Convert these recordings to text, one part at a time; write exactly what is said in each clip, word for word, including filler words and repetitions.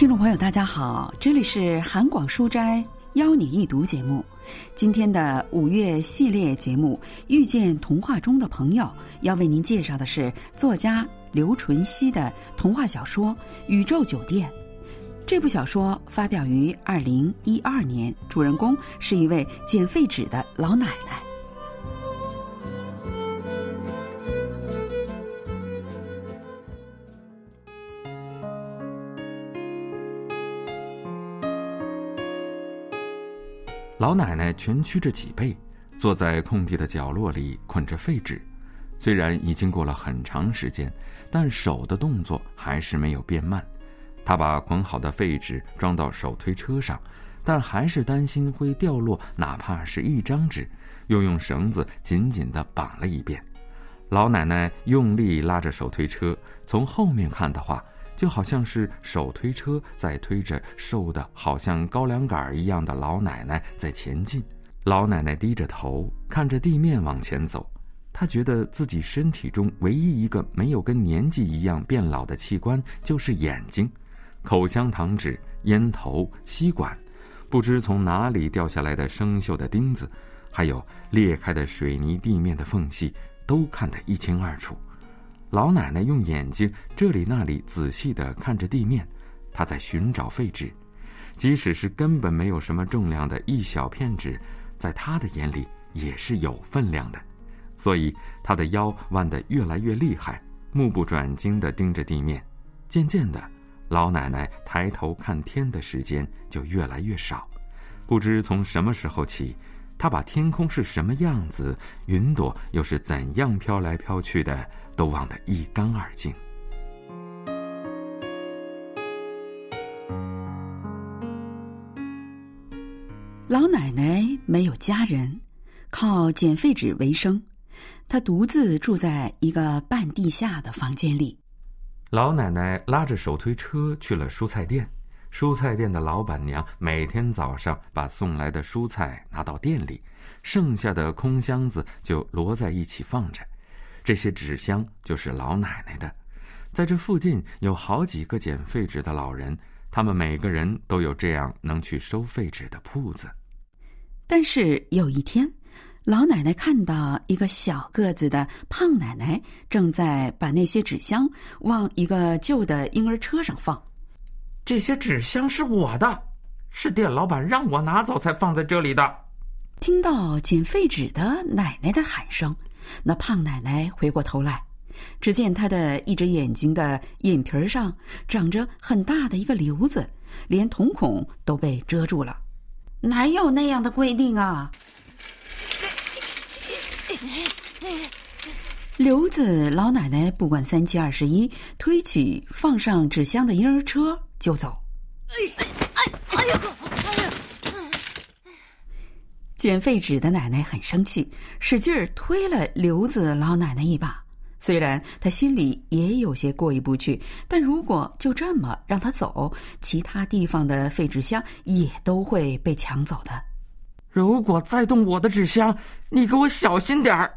听众朋友大家好，这里是韩广书斋邀你一读节目。今天的五月系列节目遇见童话中的朋友，要为您介绍的是作家刘淳熙的童话小说《宇宙酒店》。这部小说发表于二零一二年，主人公是一位捡废纸的老奶奶。 老奶奶蜷曲着脊背，坐在空地的角落里捆着废纸。虽然已经过了很长时间，但手的动作还是没有变慢。她把捆好的废纸装到手推车上，但还是担心会掉落哪怕是一张纸，又用绳子紧紧地绑了一遍。老奶奶用力拉着手推车，从后面看的话，就好像是手推车在推着瘦的好像高粱杆一样的老奶奶在前进。老奶奶低着头看着地面往前走，她觉得自己身体中唯一一个没有跟年纪一样变老的器官就是眼睛。口香糖纸、烟头、吸管，不知从哪里掉下来的生锈的钉子，还有裂开的水泥地面的缝隙，都看得一清二楚。老奶奶用眼睛这里那里仔细地看着地面，她在寻找废纸。即使是根本没有什么重量的一小片纸，在她的眼里也是有分量的。所以她的腰弯得越来越厉害，目不转睛地盯着地面。渐渐的，老奶奶抬头看天的时间就越来越少。不知从什么时候起，她把天空是什么样子，云朵又是怎样飘来飘去的，都忘得一干二净。 老奶奶没有家人，靠捡废纸为生。她独自住在一个半地下的房间里。 老奶奶拉着手推车去了蔬菜店，蔬菜店的老板娘每天早上把送来的蔬菜拿到店里，剩下的空箱子就摞在一起放着。这些纸箱就是老奶奶的。在这附近有好几个捡废纸的老人，他们每个人都有这样能去收废纸的铺子。 但是有一天，老奶奶看到一个小个子的胖奶奶正在把那些纸箱往一个旧的婴儿车上放。 这些纸箱是我的，是店老板让我拿走才放在这里的。 听到捡废纸的奶奶的喊声，那胖奶奶回过头来，只见她的一只眼睛的眼皮上长着很大的一个瘤子，连瞳孔都被遮住了。哪有那样的规定啊？瘤子老奶奶不管三七二十一，推起放上纸箱的婴儿车就走。哎哎哎呀！捡废纸的奶奶很生气，使劲儿推了瘤子老奶奶一把。虽然她心里也有些过意不去，但如果就这么让她走，其他地方的废纸箱也都会被抢走的。 如果再动我的纸箱，你给我小心点儿。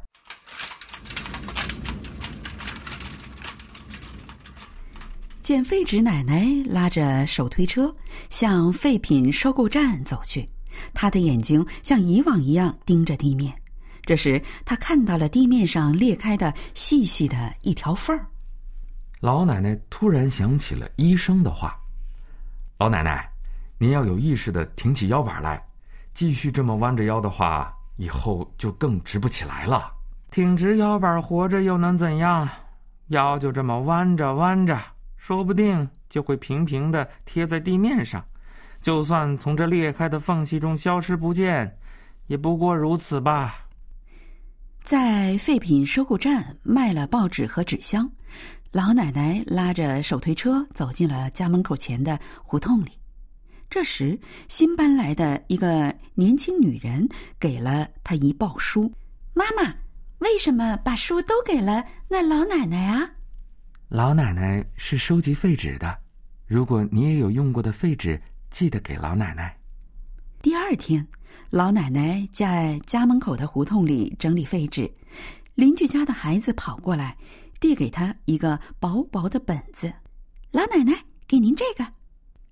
捡废纸奶奶拉着手推车向废品收购站走去，她的眼睛像以往一样盯着地面。这时她看到了地面上裂开的细细的一条缝儿。 老奶奶突然想起了医生的话：老奶奶，您要有意识地挺起腰板来，继续这么弯着腰的话，以后就更直不起来了。 挺直腰板活着又能怎样？腰就这么弯着弯着，说不定就会平平地贴在地面上，就算从这裂开的缝隙中消失不见，也不过如此吧。 在废品收购站卖了报纸和纸箱，老奶奶拉着手推车走进了家门口前的胡同里。这时新搬来的一个年轻女人给了她一抱书。妈妈，为什么把书都给了那老奶奶啊？ 老奶奶是收集废纸的，如果你也有用过的废纸，记得给老奶奶。 第二天，老奶奶在家门口的胡同里整理废纸，邻居家的孩子跑过来，递给她一个薄薄的本子。老奶奶，给您这个。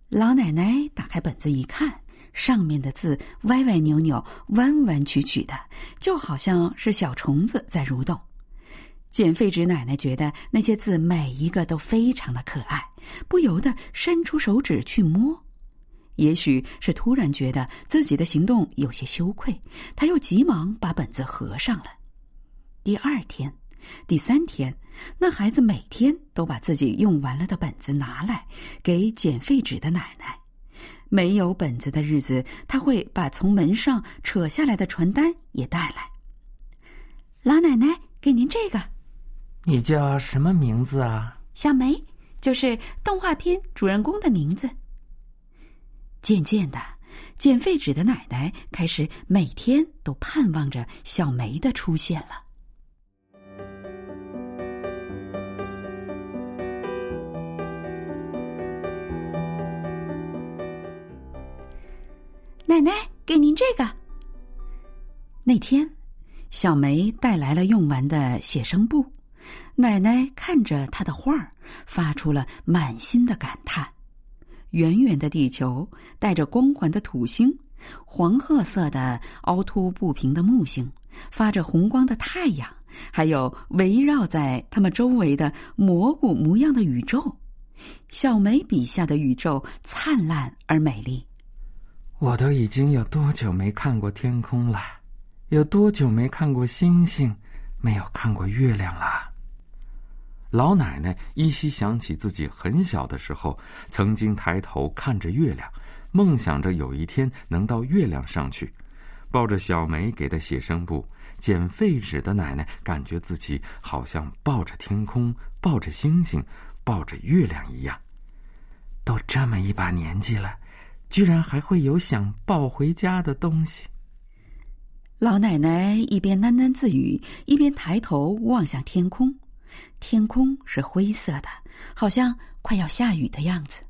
老奶奶打开本子一看，上面的字歪歪扭扭、弯弯曲曲的，就好像是小虫子在蠕动。捡废纸奶奶觉得那些字每一个都非常的可爱，不由得伸出手指去摸。也许是突然觉得自己的行动有些羞愧，她又急忙把本子合上了。第二天、第三天，那孩子每天都把自己用完了的本子拿来给捡废纸的奶奶。没有本子的日子，他会把从门上扯下来的传单也带来。老奶奶，给您这个。 你叫什么名字啊？ 小梅，就是动画片主人公的名字。渐渐的，捡废纸的奶奶开始每天都盼望着小梅的出现了。奶奶，给您这个。那天，小梅带来了用完的写生簿。奶奶看着她的画儿，发出了满心的感叹。圆圆的地球，带着光环的土星，黄褐色的凹凸不平的木星，发着红光的太阳，还有围绕在它们周围的蘑菇模样的宇宙。小梅笔下的宇宙灿烂而美丽。 我都已经有多久没看过天空了，有多久没看过星星，没有看过月亮了。老奶奶依稀想起自己很小的时候，曾经抬头看着月亮，梦想着有一天能到月亮上去。抱着小梅给的写生簿，捡废纸的奶奶感觉自己好像抱着天空，抱着星星，抱着月亮一样。都这么一把年纪了，居然还会有想抱回家的东西。 老奶奶一边喃喃自语，一边抬头望向天空。天空是灰色的，好像快要下雨的样子。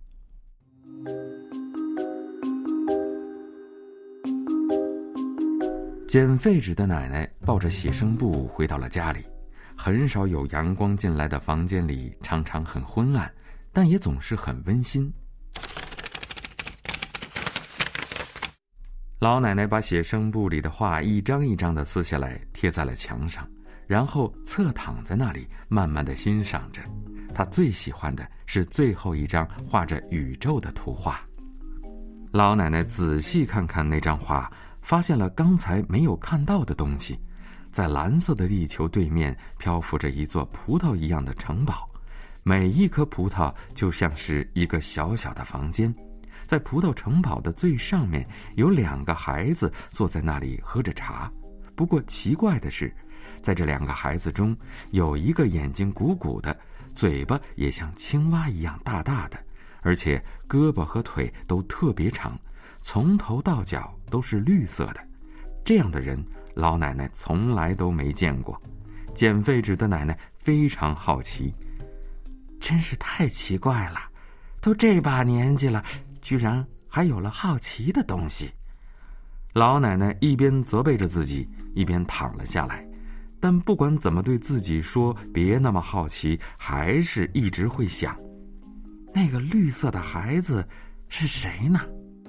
捡废纸的奶奶抱着写生簿回到了家里。很少有阳光进来的房间里常常很昏暗，但也总是很温馨。老奶奶把写生簿里的画一张一张地撕下来，贴在了墙上，然后侧躺在那里，慢慢地欣赏着。她最喜欢的是最后一张画着宇宙的图画。老奶奶仔细看看那张画，发现了刚才没有看到的东西。在蓝色的地球对面漂浮着一座葡萄一样的城堡，每一颗葡萄就像是一个小小的房间。在葡萄城堡的最上面有两个孩子坐在那里喝着茶。不过奇怪的是，在这两个孩子中，有一个眼睛鼓鼓的，嘴巴也像青蛙一样大大的，而且胳膊和腿都特别长，从头到脚都是绿色的。这样的人，老奶奶从来都没见过。捡废纸的奶奶非常好奇， 真是太奇怪了，都这把年纪了，居然还有了好奇的东西。 老奶奶一边责备着自己，一边躺了下来。但不管怎么对自己说别那么好奇，还是一直会想， 那个绿色的孩子是谁呢？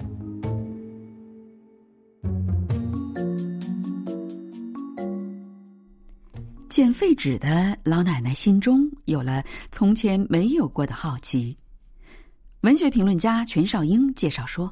捡废纸的老奶奶心中有了从前没有过的好奇。文学评论家全少英介绍说，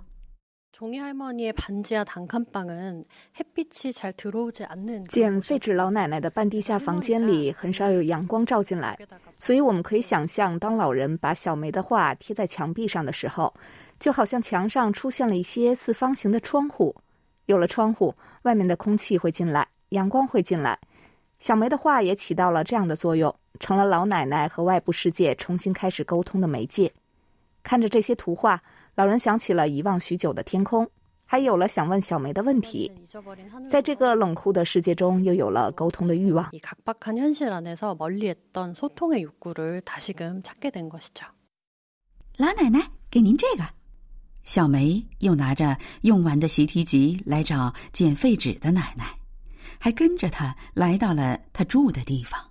捡废纸老奶奶的半地下房间里很少有阳光照进来，所以我们可以想象，当老人把小梅的画贴在墙壁上的时候，就好像墙上出现了一些四方形的窗户。有了窗户，外面的空气会进来，阳光会进来。小梅的画也起到了这样的作用，成了老奶奶和外部世界重新开始沟通的媒介。看着这些图画，老人想起了遗忘许久的天空，还有了想问小梅的问题。在这个冷酷的世界中，又有了沟通的欲望。 老奶奶，给您这个。小梅又拿着用完的习题集来找捡废纸的奶奶，还跟着她来到了她住的地方。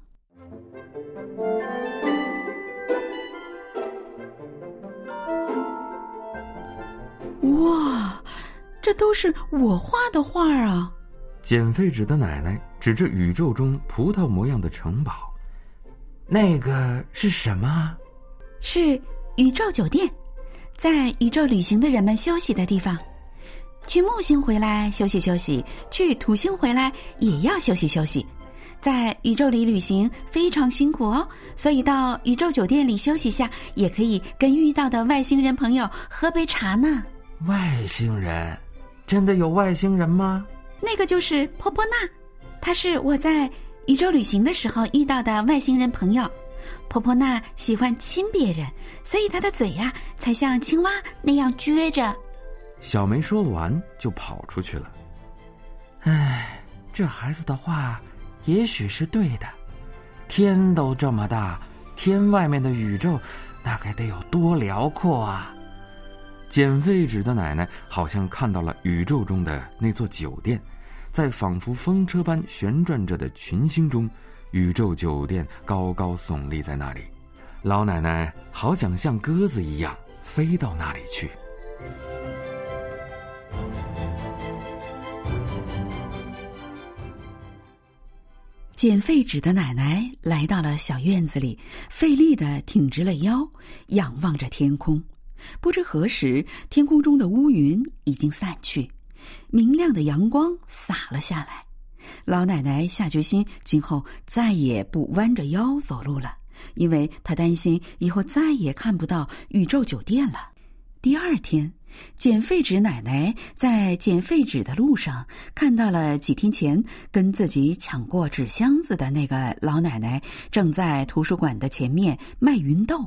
哇，这都是我画的画啊！ 捡废纸的奶奶指着宇宙中葡萄模样的城堡， 那个是什么？ 是宇宙酒店，在宇宙旅行的人们休息的地方。去木星回来休息休息，去土星回来也要休息休息。在宇宙里旅行非常辛苦哦，所以到宇宙酒店里休息下，也可以跟遇到的外星人朋友喝杯茶呢。 外星人？真的有外星人吗？ 那个就是波波娜，他是我在宇宙旅行的时候遇到的外星人朋友。波波娜喜欢亲别人，所以他的嘴呀、啊、才像青蛙那样撅着。 小梅说完就跑出去了。 唉，这孩子的话也许是对的，天都这么大，天外面的宇宙那该得有多辽阔啊！ 捡废纸的奶奶好像看到了宇宙中的那座酒店，在仿佛风车般旋转着的群星中，宇宙酒店高高耸立在那里。老奶奶好想像鸽子一样飞到那里去。 捡废纸的奶奶来到了小院子里，费力地挺直了腰，仰望着天空。不知何时，天空中的乌云已经散去，明亮的阳光洒了下来。老奶奶下决心，今后再也不弯着腰走路了，因为她担心以后再也看不到宇宙酒店了。第二天，捡废纸奶奶在捡废纸的路上看到了几天前跟自己抢过纸箱子的那个老奶奶，正在图书馆的前面卖芸豆。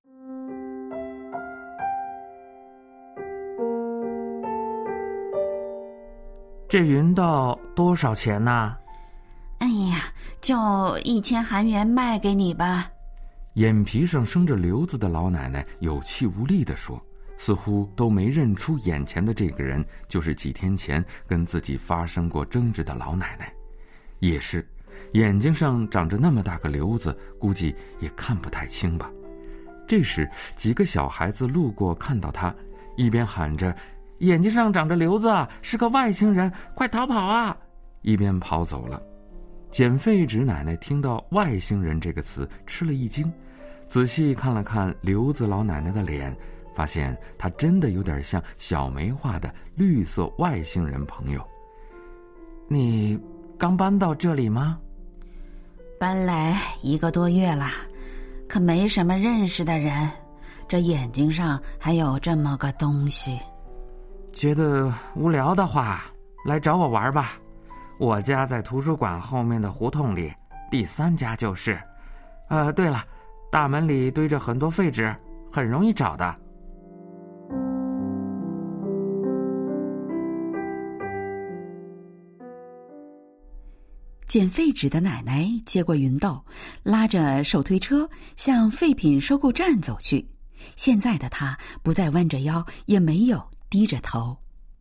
这芸豆多少钱呢？ 哎呀，就一千韩元卖给你吧。 眼皮上生着瘤子的老奶奶有气无力地说，似乎都没认出眼前的这个人就是几天前跟自己发生过争执的老奶奶。也是，眼睛上长着那么大个瘤子，估计也看不太清吧。这时几个小孩子路过看到他，一边喊着眼睛上长着瘤子啊，是个外星人，快逃跑啊，一边跑走了。捡废纸奶奶听到外星人这个词吃了一惊，仔细看了看瘤子老奶奶的脸，发现她真的有点像小梅画的绿色外星人朋友。 你刚搬到这里吗？ 搬来一个多月了，可没什么认识的人，这眼睛上还有这么个东西。 觉得无聊的话，来找我玩吧。我家在图书馆后面的胡同里，第三家就是。呃，对了，大门里堆着很多废纸，很容易找的。 捡废纸的奶奶接过芸豆，拉着手推车向废品收购站走去。现在的她不再弯着腰，也没有低着头。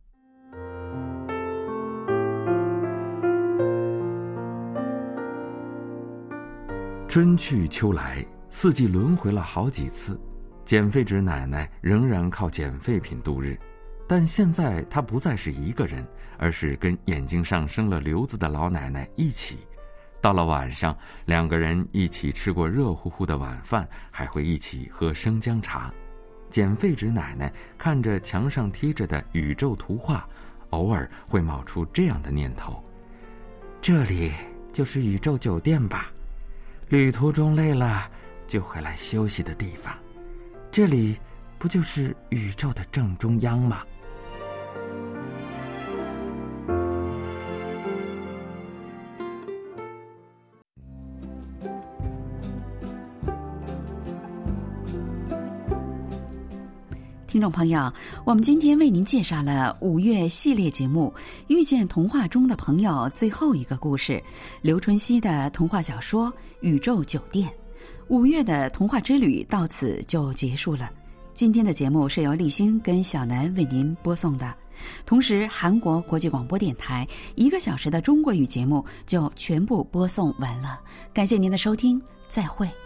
春去秋来，四季轮回了好几次，捡废纸奶奶仍然靠捡废品度日。但现在她不再是一个人，而是跟眼睛上生了瘤子的老奶奶一起。到了晚上，两个人一起吃过热乎乎的晚饭，还会一起喝生姜茶。捡废纸奶奶看着墙上贴着的宇宙图画，偶尔会冒出这样的念头： 这里就是宇宙酒店吧？旅途中累了，就回来休息的地方。这里不就是宇宙的正中央吗？ 听众朋友，我们今天为您介绍了五月系列节目《遇见童话中的朋友》最后一个故事，刘春熙的童话小说《宇宙酒店》。五月的童话之旅到此就结束了。今天的节目是由立新跟小南为您播送的，同时韩国国际广播电台一个小时的中国语节目就全部播送完了。感谢您的收听，再会。